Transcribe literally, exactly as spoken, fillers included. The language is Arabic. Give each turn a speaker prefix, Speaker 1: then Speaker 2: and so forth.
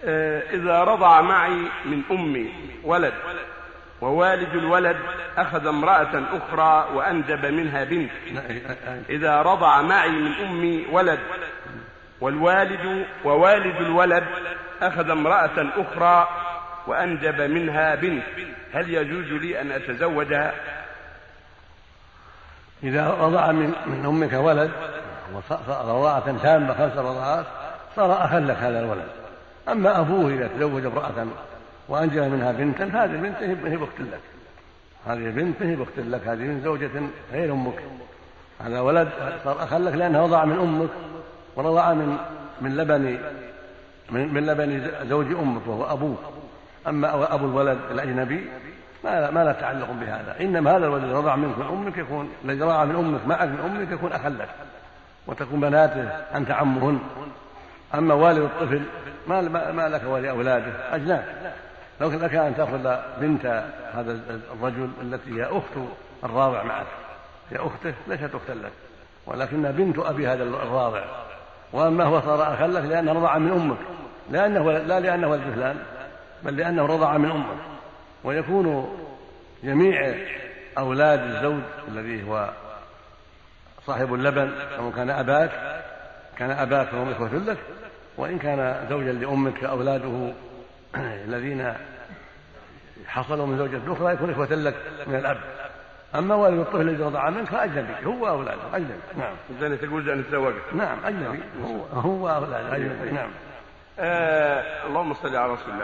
Speaker 1: إذا رضع معي من أمي ولد ووالد الولد أخذ امرأة أخرى وأنجب منها بنت. إذا رضع معي من أمي ولد والوالد ووالد الولد أخذ امرأة أخرى وأنجب منها بنت، هل يجوز لي أن أتزوجها؟
Speaker 2: إذا رضع من, من أمك ولد رضاعة تامة خمس رضاعات صار أخا لك هذا الولد. أما أبوه إذا تزوج امرأة وأنجب منها بنتا هذه البنت هي بأخت لك، هذه البنت هي بأخت لك، هذه من زوجة غير أمك. هذا ولد صار أخا لك لأنه رضع من أمك ورضع من من لبن من, من لبن زوج أمك وهو أبوك. أما أبو الولد الأجنبي ما ما لا تعلق بهذا، إنما هذا الولد رضع منك من أمك يكون الذي رضع من أمك معك من أمك يكون أخا لك وتكون بناته أنت عمهن. أما والد الطفل ما, ما لك ولأولاده أجناد. لو لك أن تأخذ بنت هذا الرجل التي هي أخت الراضع معك، هي أخته ليست أختا لك ولكنها بنت أبي هذا الراضع. وأما هو صار أخا لك لأنه رضع من أمك، لأنه لا لأنه ولد فلان بل لأنه رضع من أمك. ويكون جميع أولاد الزوج الذي هو صاحب اللبن أو كان أباك كان أباك فهم إخوة لك، وإن كان زوجا لأمك فأولاده الذين حصلوا من زوجة أخرى يكون إخوة لك من الأب. أما والد الطفل الذي رضع منك فأجنبي هو أولاده أجنبي. نعم.
Speaker 1: إذن تجوز أن يتزوج.
Speaker 2: نعم أجنبي هو هو أولاده أجنبي. نعم.
Speaker 1: آه اللهم صل على رسول الله.